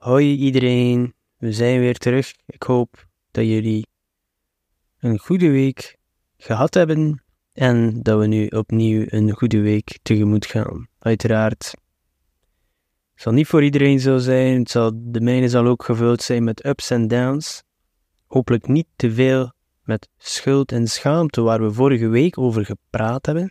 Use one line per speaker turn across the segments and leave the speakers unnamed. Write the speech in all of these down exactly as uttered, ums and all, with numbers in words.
Hoi iedereen, we zijn weer terug. Ik hoop dat jullie een goede week gehad hebben en dat we nu opnieuw een goede week tegemoet gaan. Uiteraard, het zal niet voor iedereen zo zijn, het zal, de mijne zal ook gevuld zijn met ups en downs. Hopelijk niet te veel met schuld en schaamte waar we vorige week over gepraat hebben.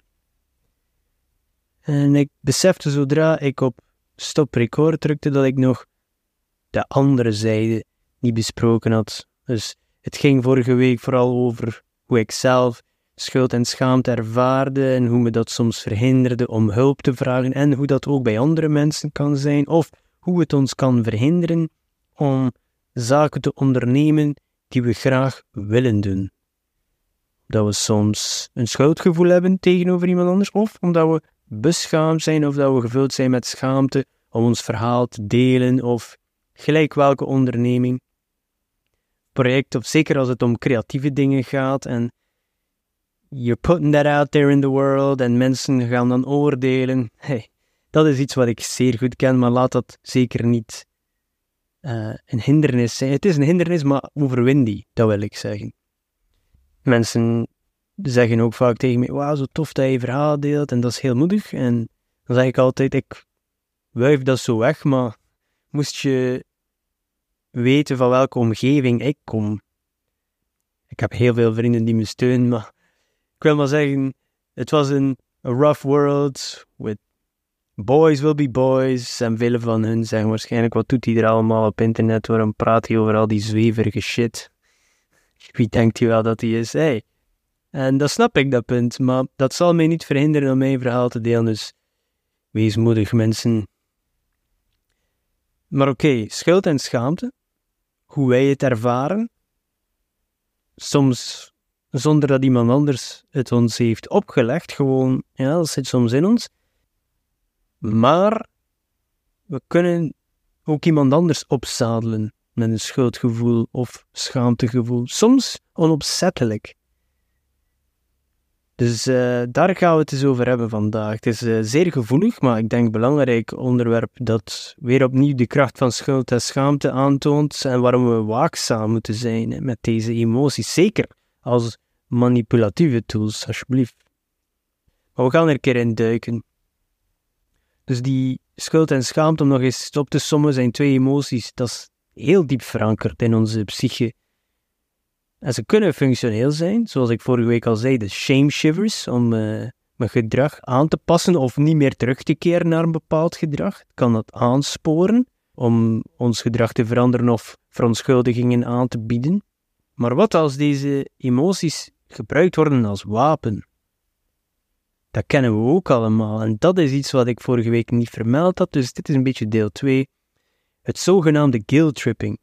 En ik besefte zodra ik op stop record drukte dat ik nog de andere zijde niet besproken had. Dus het ging vorige week vooral over hoe ik zelf schuld en schaamte ervaarde en hoe me dat soms verhinderde om hulp te vragen en hoe dat ook bij andere mensen kan zijn of hoe het ons kan verhinderen om zaken te ondernemen die we graag willen doen. Dat we soms een schuldgevoel hebben tegenover iemand anders of omdat we beschaamd zijn of dat we gevuld zijn met schaamte om ons verhaal te delen of gelijk welke onderneming, project of zeker als het om creatieve dingen gaat en you're putting that out there in the world en mensen gaan dan oordelen. Hey, dat is iets wat ik zeer goed ken, maar laat dat zeker niet uh, een hindernis zijn. Het is een hindernis, maar overwin die, dat wil ik zeggen. Mensen zeggen ook vaak tegen mij, wauw, zo tof dat je je verhaal deelt en dat is heel moedig. En dan zeg ik altijd, ik wuif dat zo weg, maar moest je weten van welke omgeving ik kom. Ik heb heel veel vrienden die me steunen, maar ik wil maar zeggen, het was een a rough world, with boys will be boys, en vele van hun zeggen waarschijnlijk, wat doet hij er allemaal op internet, waarom praat hij over al die zweverige shit? Wie denkt hij wel dat hij is? Hey. En dat snap ik, dat punt, maar dat zal mij niet verhinderen om mijn verhaal te delen, dus wees moedig, mensen. Maar oké, okay, schuld en schaamte, hoe wij het ervaren, soms zonder dat iemand anders het ons heeft opgelegd, gewoon, ja, dat zit soms in ons. Maar we kunnen ook iemand anders opzadelen met een schuldgevoel of schaamtegevoel, soms onopzettelijk. Dus uh, daar gaan we het eens over hebben vandaag. Het is uh, zeer gevoelig, maar ik denk belangrijk onderwerp dat weer opnieuw de kracht van schuld en schaamte aantoont en waarom we waakzaam moeten zijn hè, met deze emoties. Zeker als manipulatieve tools, alsjeblieft. Maar we gaan er een keer in duiken. Dus die schuld en schaamte, om nog eens op te sommen, zijn twee emoties. Dat is heel diep verankerd in onze psyche. En ze kunnen functioneel zijn, zoals ik vorige week al zei, de shame shivers, om uh, mijn gedrag aan te passen of niet meer terug te keren naar een bepaald gedrag. Het kan dat aansporen om ons gedrag te veranderen of verontschuldigingen aan te bieden. Maar wat als deze emoties gebruikt worden als wapen? Dat kennen we ook allemaal en dat is iets wat ik vorige week niet vermeld had, dus dit is een beetje deel twee. Het zogenaamde guilt tripping.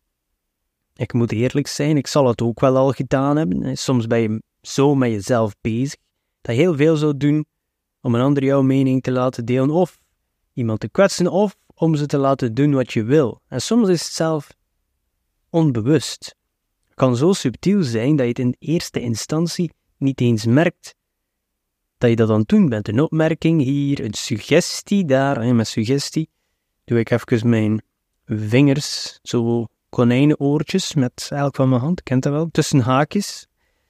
Ik moet eerlijk zijn, ik zal het ook wel al gedaan hebben. Soms ben je zo met jezelf bezig, dat je heel veel zou doen om een ander jouw mening te laten delen, of iemand te kwetsen, of om ze te laten doen wat je wil. En soms is het zelf onbewust. Het kan zo subtiel zijn dat je het in eerste instantie niet eens merkt dat je dat aan het doen bent. Een opmerking hier, een suggestie daar, en met suggestie doe ik even mijn vingers zo konijnenoortjes met elk van mijn hand, kent dat wel, tussen haakjes.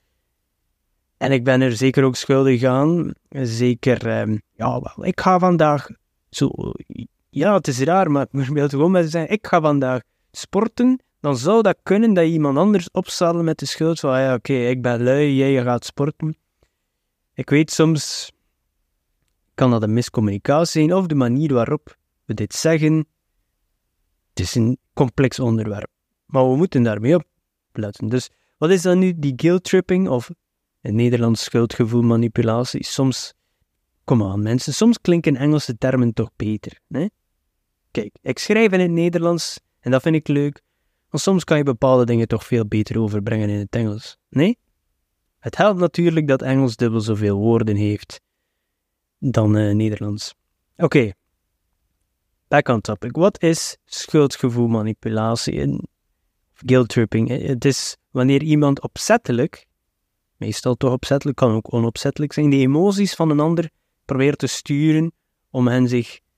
En ik ben er zeker ook schuldig aan. Zeker, um, ja, wel, ik ga vandaag zo, ja, het is raar, maar bijvoorbeeld gewoon met zeggen, ik ga vandaag sporten, dan zou dat kunnen dat je iemand anders opzadelt met de schuld van, ja, oké, okay, ik ben lui, jij gaat sporten. Ik weet, soms kan dat een miscommunicatie zijn, of de manier waarop we dit zeggen. Het is een complex onderwerp, maar we moeten daarmee opletten. Dus wat is dan nu die guilt tripping, of in Nederlands schuldgevoel manipulatie? Soms, kom aan mensen, soms klinken Engelse termen toch beter. Hè? Kijk, ik schrijf in het Nederlands, en dat vind ik leuk, maar soms kan je bepaalde dingen toch veel beter overbrengen in het Engels. Nee? Het helpt natuurlijk dat Engels dubbel zoveel woorden heeft dan uh, Nederlands. Oké. Okay. Back on topic. Wat is schuldgevoel manipulatie en guilt tripping? Het is wanneer iemand opzettelijk, meestal toch opzettelijk, kan ook onopzettelijk zijn, de emoties van een ander probeert te sturen om hen zich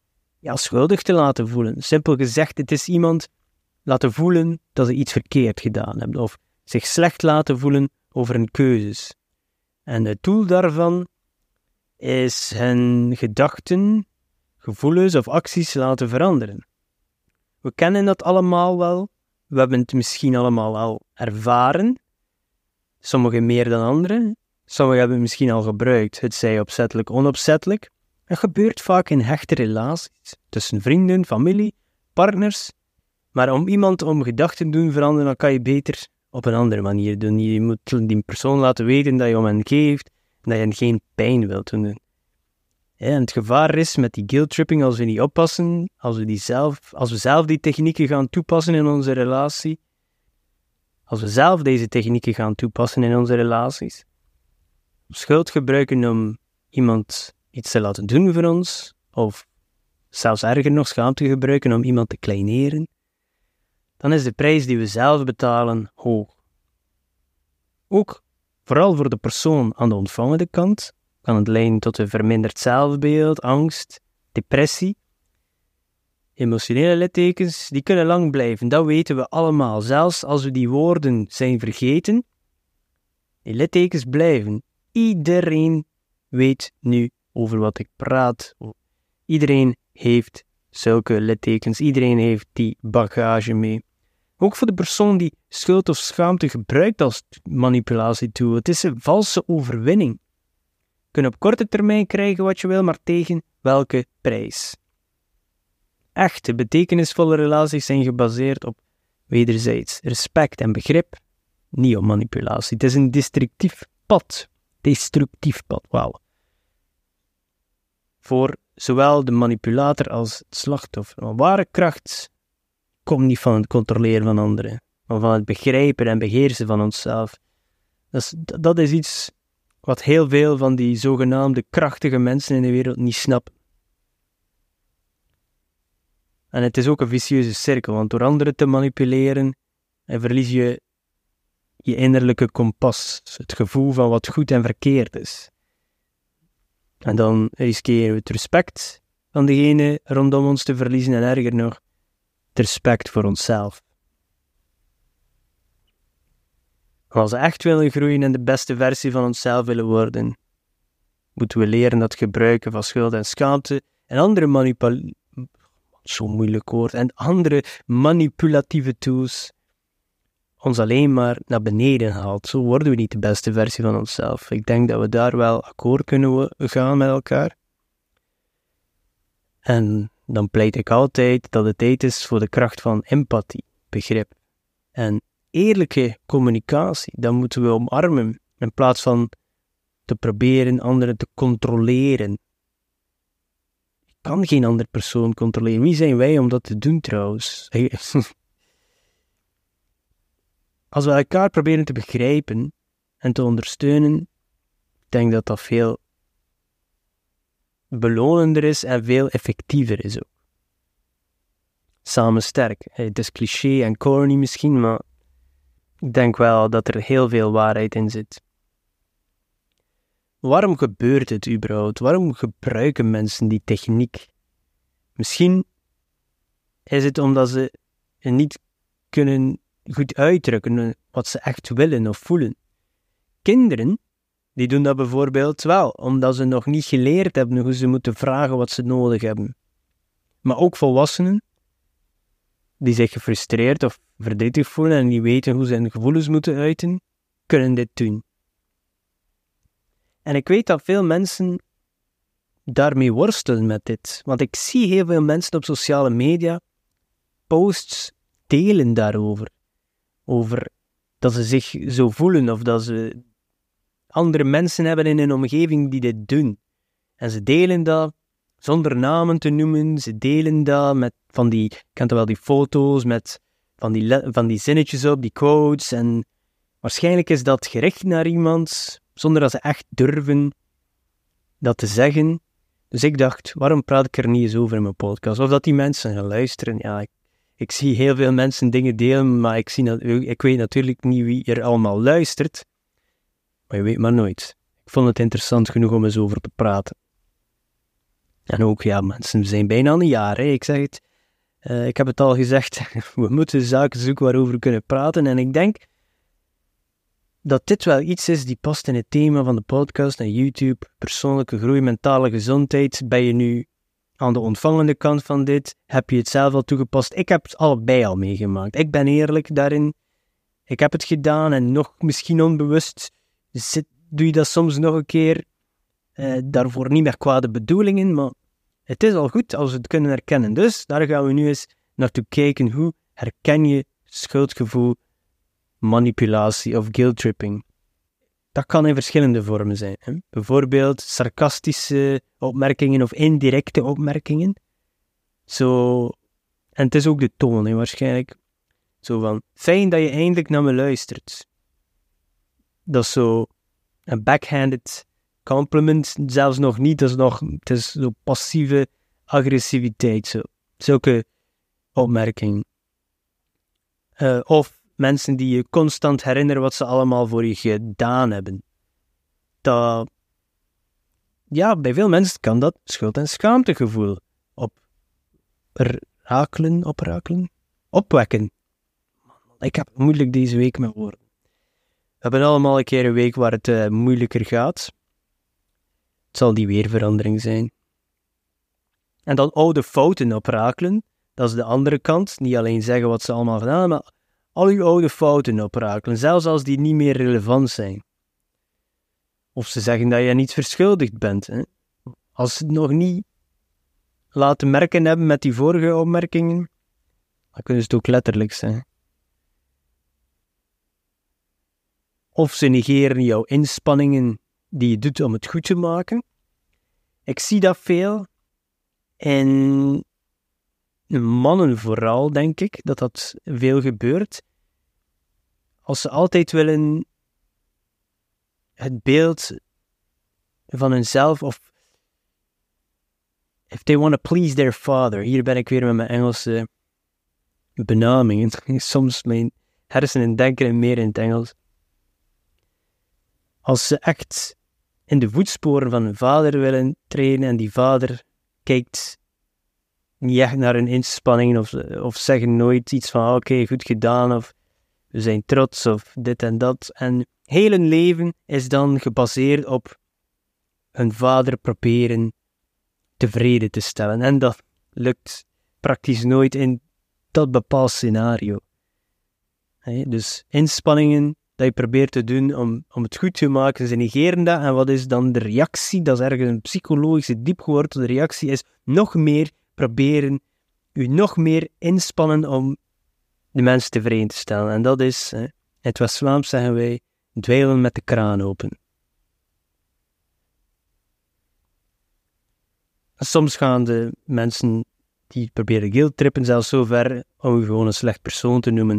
ja, schuldig te laten voelen. Simpel gezegd, het is iemand laten voelen dat ze iets verkeerd gedaan hebben, of zich slecht laten voelen over hun keuzes. En het doel daarvan is hun gedachten, gevoelens of acties laten veranderen. We kennen dat allemaal wel. We hebben het misschien allemaal al ervaren. Sommigen meer dan anderen. Sommigen hebben het misschien al gebruikt. Het zij opzettelijk, onopzettelijk. Het gebeurt vaak in hechte relaties. Tussen vrienden, familie, partners. Maar om iemand om gedachten te doen veranderen, dan kan je beter op een andere manier doen. Je moet die persoon laten weten dat je om hen geeft. En dat je hen geen pijn wilt doen. Ja, en het gevaar is met die guilt-tripping, als we niet oppassen, als we, die zelf, als we zelf die technieken gaan toepassen in onze relatie, als we zelf deze technieken gaan toepassen in onze relaties, schuld gebruiken om iemand iets te laten doen voor ons, of zelfs erger nog, schaamte gebruiken om iemand te kleineren, dan is de prijs die we zelf betalen hoog. Ook, vooral voor de persoon aan de ontvangende kant, kan het leiden tot een verminderd zelfbeeld, angst, depressie. Emotionele littekens, die kunnen lang blijven, dat weten we allemaal. Zelfs als we die woorden zijn vergeten, die littekens blijven. Iedereen weet nu over wat ik praat. Iedereen heeft zulke littekens, iedereen heeft die bagage mee. Ook voor de persoon die schuld of schaamte gebruikt als manipulatietool. Het is een valse overwinning. Je kunt op korte termijn krijgen wat je wil, maar tegen welke prijs? Echte, betekenisvolle relaties zijn gebaseerd op wederzijds respect en begrip, niet op manipulatie. Het is een destructief pad. Destructief pad, wauw. Voor zowel de manipulator als het slachtoffer. Maar ware kracht komt niet van het controleren van anderen, maar van het begrijpen en beheersen van onszelf. Dat is, dat is iets wat heel veel van die zogenaamde krachtige mensen in de wereld niet snappen. En het is ook een vicieuze cirkel, want door anderen te manipuleren, verlies je je innerlijke kompas, het gevoel van wat goed en verkeerd is. En dan riskeren we het respect van degene rondom ons te verliezen en erger nog, het respect voor onszelf. Als we echt willen groeien en de beste versie van onszelf willen worden, moeten we leren dat gebruiken van schuld en schaamte en andere manipul... Zo'n moeilijk woord. En andere manipulatieve tools ons alleen maar naar beneden haalt. Zo worden we niet de beste versie van onszelf. Ik denk dat we daar wel akkoord kunnen gaan met elkaar. En dan pleit ik altijd dat het tijd is voor de kracht van empathie, begrip en eerlijke communicatie. Dat moeten we omarmen in plaats van te proberen anderen te controleren. Je kan geen andere persoon controleren. Wie zijn wij om dat te doen trouwens? Als we elkaar proberen te begrijpen en te ondersteunen, ik denk dat dat veel belonender is en veel effectiever is ook. Samen sterk. Het is cliché en corny misschien, maar ik denk wel dat er heel veel waarheid in zit. Waarom gebeurt het überhaupt? Waarom gebruiken mensen die techniek? Misschien is het omdat ze niet kunnen goed uitdrukken wat ze echt willen of voelen. Kinderen, die doen dat bijvoorbeeld wel, omdat ze nog niet geleerd hebben hoe ze moeten vragen wat ze nodig hebben. Maar ook volwassenen, die zich gefrustreerd of verdrietig voelen en niet weten hoe ze hun gevoelens moeten uiten, kunnen dit doen. En ik weet dat veel mensen daarmee worstelen met dit. Want ik zie heel veel mensen op sociale media posts delen daarover. Over dat ze zich zo voelen of dat ze andere mensen hebben in hun omgeving die dit doen. En ze delen dat zonder namen te noemen. Ze delen dat met van die, je kent wel die foto's met van die, van die zinnetjes op, die quotes. En waarschijnlijk is dat gericht naar iemand, zonder dat ze echt durven dat te zeggen. Dus ik dacht, waarom praat ik er niet eens over in mijn podcast? Of dat die mensen gaan luisteren. Ja, ik, ik zie heel veel mensen dingen delen, maar ik, zie, ik weet natuurlijk niet wie er allemaal luistert. Maar je weet maar nooit. Ik vond het interessant genoeg om eens over te praten. En ook, ja, mensen, we zijn bijna een jaar, hè. Ik zeg het, uh, ik heb het al gezegd, we moeten zaken zoeken waarover we kunnen praten. En ik denk dat dit wel iets is die past in het thema van de podcast en YouTube, persoonlijke groei, mentale gezondheid. Ben je nu aan de ontvangende kant van dit? Heb je het zelf al toegepast? Ik heb het allebei al meegemaakt. Ik ben eerlijk daarin. Ik heb het gedaan en nog misschien onbewust zit, doe je dat soms nog een keer. Uh, daarvoor niet met kwade bedoelingen, maar het is al goed als we het kunnen herkennen. Dus daar gaan we nu eens naartoe kijken. Hoe herken je schuldgevoel, manipulatie of guilt-tripping? Dat kan in verschillende vormen zijn. Hè? Bijvoorbeeld sarcastische opmerkingen of indirecte opmerkingen. Zo, en het is ook de toon, hè, waarschijnlijk. Zo van, fijn dat je eindelijk naar me luistert. Dat is zo een backhanded compliment, zelfs nog niet. Dat is nog, het is zo passieve agressiviteit. Zo. Zulke opmerkingen. Uh, of mensen die je constant herinneren wat ze allemaal voor je gedaan hebben. Dat, ja, bij veel mensen kan dat schuld- en schaamtegevoel oprakelen, oprakelen, opwekken. Ik heb het moeilijk deze week met woorden. We hebben allemaal een keer een week waar het uh, moeilijker gaat. Het zal die weerverandering zijn. En dan oude fouten oprakelen. Dat is de andere kant. Niet alleen zeggen wat ze allemaal gedaan hebben, maar al uw oude fouten oprakelen, zelfs als die niet meer relevant zijn. Of ze zeggen dat je niet verschuldigd bent. Hè? Als ze het nog niet laten merken hebben met die vorige opmerkingen, dan kunnen ze het ook letterlijk zijn. Of ze negeren jouw inspanningen die je doet om het goed te maken. Ik zie dat veel. En mannen vooral, denk ik, dat dat veel gebeurt. Als ze altijd willen het beeld van hunzelf, of if they want to please their father. Hier ben ik weer met mijn Engelse benamingen. Soms mijn hersenen denken meer in het Engels. Als ze echt in de voetsporen van hun vader willen trainen en die vader kijkt niet echt naar hun inspanningen of, of zeggen nooit iets van oké, okay, goed gedaan of we zijn trots of dit en dat. En heel hun leven is dan gebaseerd op hun vader proberen tevreden te stellen. En dat lukt praktisch nooit in dat bepaald scenario. He, dus inspanningen dat je probeert te doen om, om het goed te maken, ze negeren dat. En wat is dan de reactie? Dat is ergens een psychologische, diepgewortelde reactie, is nog meer proberen, u nog meer inspannen om de mensen tevreden te stellen. En dat is, hè, in het West-Vlaams zeggen wij, dweilen met de kraan open. Soms gaan de mensen die proberen guilt-trippen zelfs zo ver om u gewoon een slecht persoon te noemen.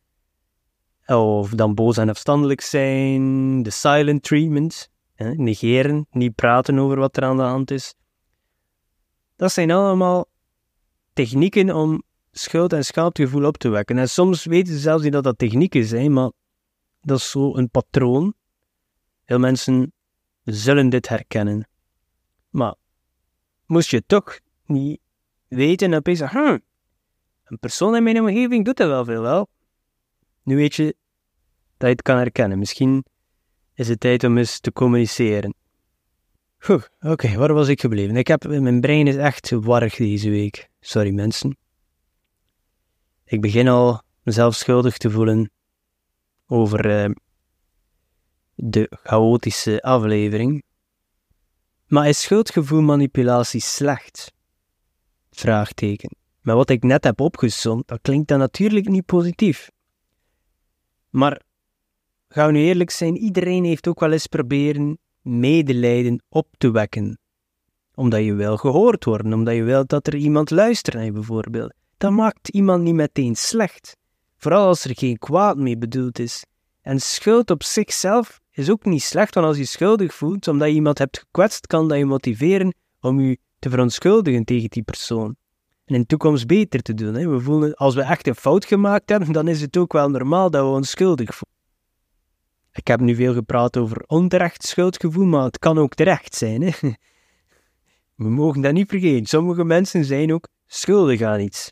Of dan boos en afstandelijk zijn, de silent treatment, hè, negeren, niet praten over wat er aan de hand is. Dat zijn allemaal technieken om schuld- en schaamtegevoel op te wekken. En soms weten ze zelfs niet dat dat technieken zijn, maar dat is zo een patroon. Veel mensen zullen dit herkennen. Maar moest je toch niet weten en opeens zeggen, hm, een persoon in mijn omgeving doet dat wel veel wel. Nu weet je dat je het kan herkennen. Misschien is het tijd om eens te communiceren. Oké, okay, waar was ik gebleven? Ik heb, mijn brein is echt warrig deze week. Sorry mensen. Ik begin al mezelf schuldig te voelen over uh, de chaotische aflevering. Maar is schuldgevoel manipulatie slecht? Vraagteken. Maar wat ik net heb opgezomd, dat klinkt dan natuurlijk niet positief. Maar, gaan we nu eerlijk zijn, iedereen heeft ook wel eens proberen medelijden op te wekken. Omdat je wil gehoord worden, omdat je wilt dat er iemand luistert naar je bijvoorbeeld. Dat maakt iemand niet meteen slecht. Vooral als er geen kwaad mee bedoeld is. En schuld op zichzelf is ook niet slecht, want als je schuldig voelt, omdat je iemand hebt gekwetst, kan dat je motiveren om je te verontschuldigen tegen die persoon. En in de toekomst beter te doen. Hè. We voelen, als we echt een fout gemaakt hebben, dan is het ook wel normaal dat we ons schuldig voelen. Ik heb nu veel gepraat over onterecht schuldgevoel, maar het kan ook terecht zijn. Hè. We mogen dat niet vergeten. Sommige mensen zijn ook schuldig aan iets.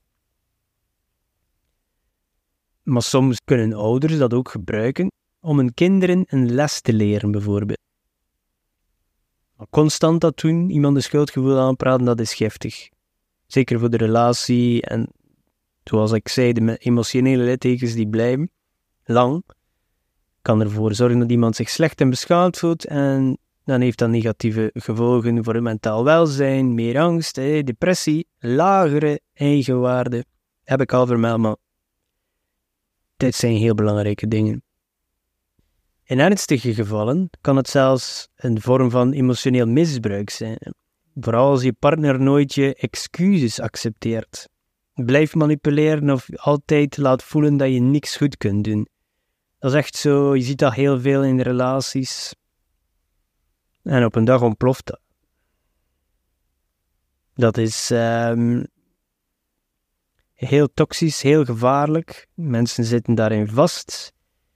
Maar soms kunnen ouders dat ook gebruiken om hun kinderen een les te leren, bijvoorbeeld. Maar constant dat doen, iemand een schuldgevoel aanpraten, dat is giftig. Zeker voor de relatie en, zoals ik zei, de emotionele littekens die blijven lang, kan ervoor zorgen dat iemand zich slecht en beschaamd voelt en dan heeft dat negatieve gevolgen voor het mentaal welzijn, meer angst, depressie, lagere eigenwaarde. Heb ik al vermeld, maar dit zijn heel belangrijke dingen. In ernstige gevallen kan het zelfs een vorm van emotioneel misbruik zijn. Vooral als je partner nooit je excuses accepteert. Blijft manipuleren of altijd laat voelen dat je niks goed kunt doen. Dat is echt zo, je ziet dat heel veel in relaties. En op een dag ontploft dat. Dat is um, heel toxisch, heel gevaarlijk. Mensen zitten daarin vast.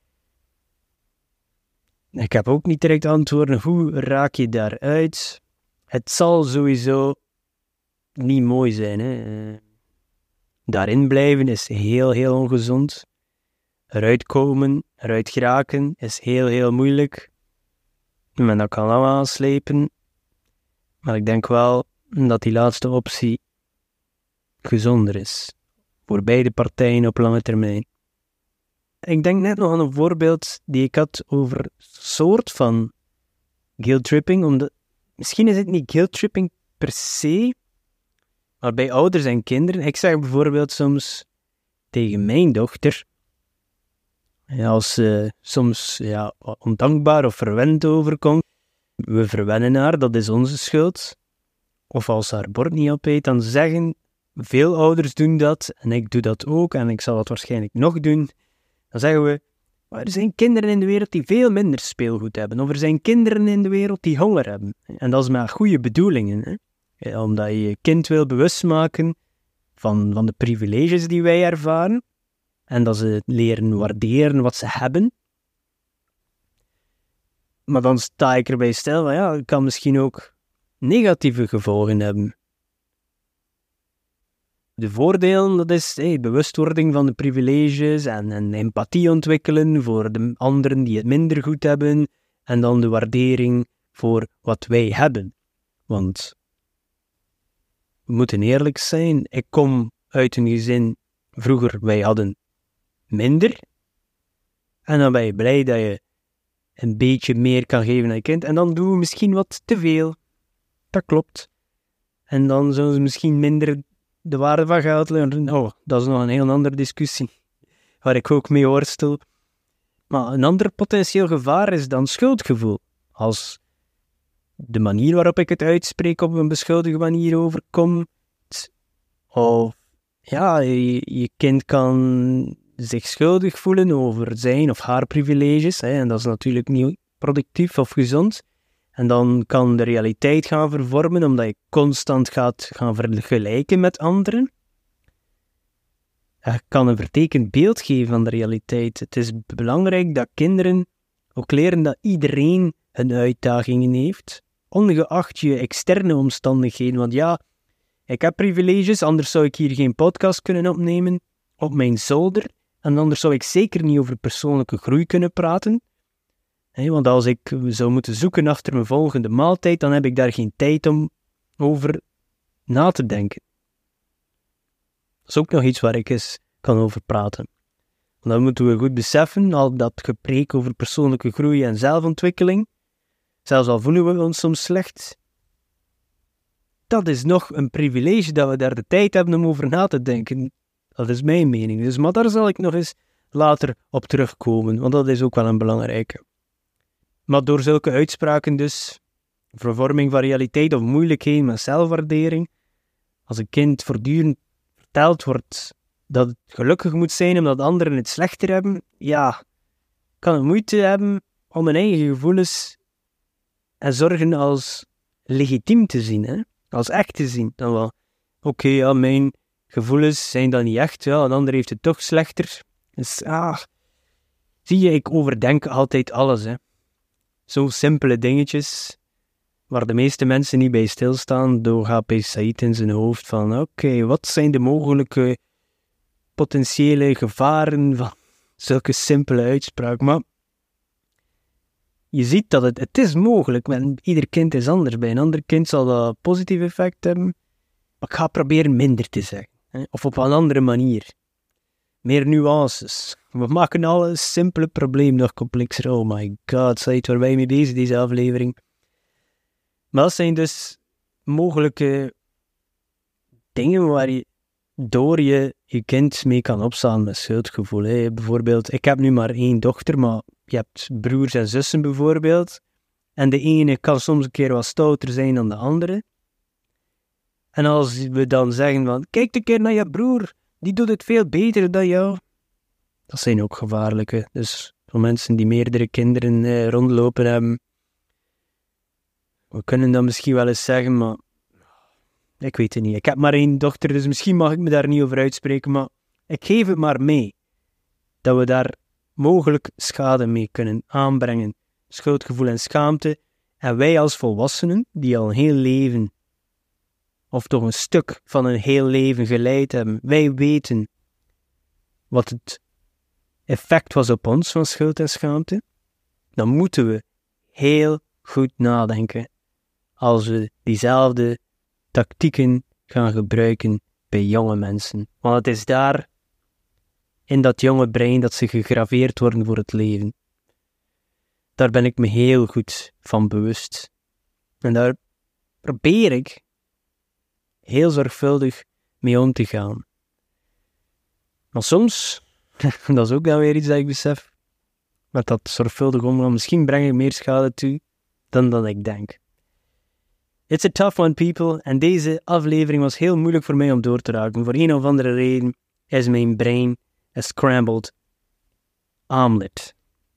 Ik heb ook niet direct antwoorden. Hoe raak je daaruit? Het zal sowieso niet mooi zijn. Hè? Daarin blijven is heel, heel ongezond. Eruit komen, eruit geraken is heel, heel moeilijk. Men dat kan allemaal aanslepen. Maar ik denk wel dat die laatste optie gezonder is. Voor beide partijen op lange termijn. Ik denk net nog aan een voorbeeld die ik had over een soort van guilt-tripping. Omdat, misschien is het niet guilt-tripping per se, maar bij ouders en kinderen. Ik zeg bijvoorbeeld soms tegen mijn dochter, ja, als ze soms ja, ondankbaar of verwend overkomt, we verwennen haar, dat is onze schuld. Of als ze haar bord niet opeet, dan zeggen veel ouders doen dat, en ik doe dat ook, en ik zal dat waarschijnlijk nog doen. Dan zeggen we, er zijn kinderen in de wereld die veel minder speelgoed hebben, of er zijn kinderen in de wereld die honger hebben. En dat is met goede bedoelingen, hè? Ja, omdat je je kind wil bewust maken van, van de privileges die wij ervaren, en dat ze leren waarderen wat ze hebben. Maar dan sta ik erbij stil van, ja, het kan misschien ook negatieve gevolgen hebben. De voordelen, dat is hey, bewustwording van de privileges en, en empathie ontwikkelen voor de anderen die het minder goed hebben en dan de waardering voor wat wij hebben. Want we moeten eerlijk zijn, ik kom uit een gezin, vroeger wij hadden minder en dan ben je blij dat je een beetje meer kan geven aan je kind en dan doen we misschien wat te veel. Dat klopt. En dan zullen ze misschien minder de waarde van geld leren. Oh, dat is nog een heel andere discussie, waar ik ook mee worstel. Maar een ander potentieel gevaar is dan schuldgevoel. Als de manier waarop ik het uitspreek op een beschuldigde manier overkomt, of ja, je, je kind kan zich schuldig voelen over zijn of haar privileges, hè, en dat is natuurlijk niet productief of gezond. En dan kan de realiteit gaan vervormen, omdat je constant gaat gaan vergelijken met anderen. Je kan een vertekend beeld geven van de realiteit. Het is belangrijk dat kinderen ook leren dat iedereen hun uitdagingen heeft, ongeacht je externe omstandigheden. Want ja, ik heb privileges, anders zou ik hier geen podcast kunnen opnemen op mijn zolder. En anders zou ik zeker niet over persoonlijke groei kunnen praten. He, want als ik zou moeten zoeken achter mijn volgende maaltijd, dan heb ik daar geen tijd om over na te denken. Dat is ook nog iets waar ik eens kan over praten. Want dan moeten we goed beseffen, al dat gepreek over persoonlijke groei en zelfontwikkeling, zelfs al voelen we ons soms slecht, dat is nog een privilege dat we daar de tijd hebben om over na te denken. Dat is mijn mening. Dus, maar daar zal ik nog eens later op terugkomen, want dat is ook wel een belangrijke. Maar door zulke uitspraken dus, vervorming van realiteit of moeilijkheden met zelfwaardering, als een kind voortdurend verteld wordt dat het gelukkig moet zijn omdat anderen het slechter hebben, ja, kan het moeite hebben om hun eigen gevoelens en zorgen als legitiem te zien, hè? Als echt te zien. Dan wel, oké, okay, ja, mijn gevoelens zijn dan niet echt, ja, een ander heeft het toch slechter. Dus, ah, zie je, ik overdenk altijd alles, hè. Zo simpele dingetjes waar de meeste mensen niet bij stilstaan, door H P Said in zijn hoofd van, oké, okay, wat zijn de mogelijke potentiële gevaren van zulke simpele uitspraak? Maar je ziet dat het, het is mogelijk, maar ieder kind is anders. Bij een ander kind zal dat positief effect hebben, maar ik ga proberen minder te zeggen. Hè? Of op een andere manier. Meer nuances. We maken al een simpele probleem nog complexer. Oh my god, Said, waar ben je mee bezig, deze aflevering? Maar dat zijn dus mogelijke dingen waar je door je je kind mee kan opstaan met schuldgevoel. Hè. Bijvoorbeeld, ik heb nu maar één dochter, maar je hebt broers en zussen bijvoorbeeld. En de ene kan soms een keer wat stouter zijn dan de andere. En als we dan zeggen van, kijk een keer naar je broer, die doet het veel beter dan jou. Dat zijn ook gevaarlijke. Dus voor mensen die meerdere kinderen eh, rondlopen hebben, we kunnen dat misschien wel eens zeggen, maar ik weet het niet. Ik heb maar één dochter, dus misschien mag ik me daar niet over uitspreken, maar ik geef het maar mee. Dat we daar mogelijk schade mee kunnen aanbrengen. Schuldgevoel en schaamte. En wij als volwassenen, die al een heel leven, of toch een stuk van een heel leven geleid hebben, wij weten wat het effect was op ons van schuld en schaamte. Dan moeten we heel goed nadenken als we diezelfde tactieken gaan gebruiken bij jonge mensen. Want het is daar, in dat jonge brein, dat ze gegraveerd worden voor het leven. Daar ben ik me heel goed van bewust. En daar probeer ik heel zorgvuldig mee om te gaan. Maar soms, dat is ook dan weer iets dat ik besef, met dat zorgvuldig omgaan, misschien breng ik meer schade toe dan dan ik denk. It's a tough one, people. En deze aflevering was heel moeilijk voor mij om door te raken. Voor een of andere reden is mijn brein een scrambled omelet.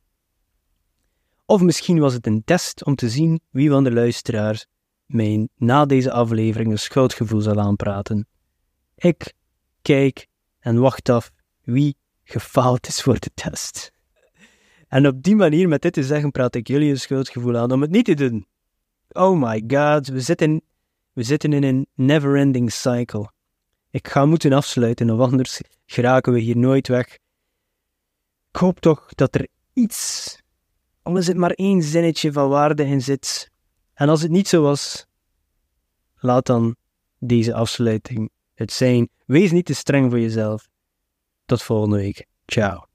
Of misschien was het een test om te zien wie van de luisteraars mij na deze aflevering een schuldgevoel zal aanpraten. Ik kijk en wacht af wie gefaald is voor de test. En op die manier, met dit te zeggen, praat ik jullie een schuldgevoel aan om het niet te doen. Oh my god, we zitten, we zitten in een never-ending cycle. Ik ga moeten afsluiten, of anders geraken we hier nooit weg. Ik hoop toch dat er iets, al is het maar één zinnetje van waarde in zit. En als het niet zo was, laat dan deze afsluiting het zijn. Wees niet te streng voor jezelf. Tot volgende week. Ciao.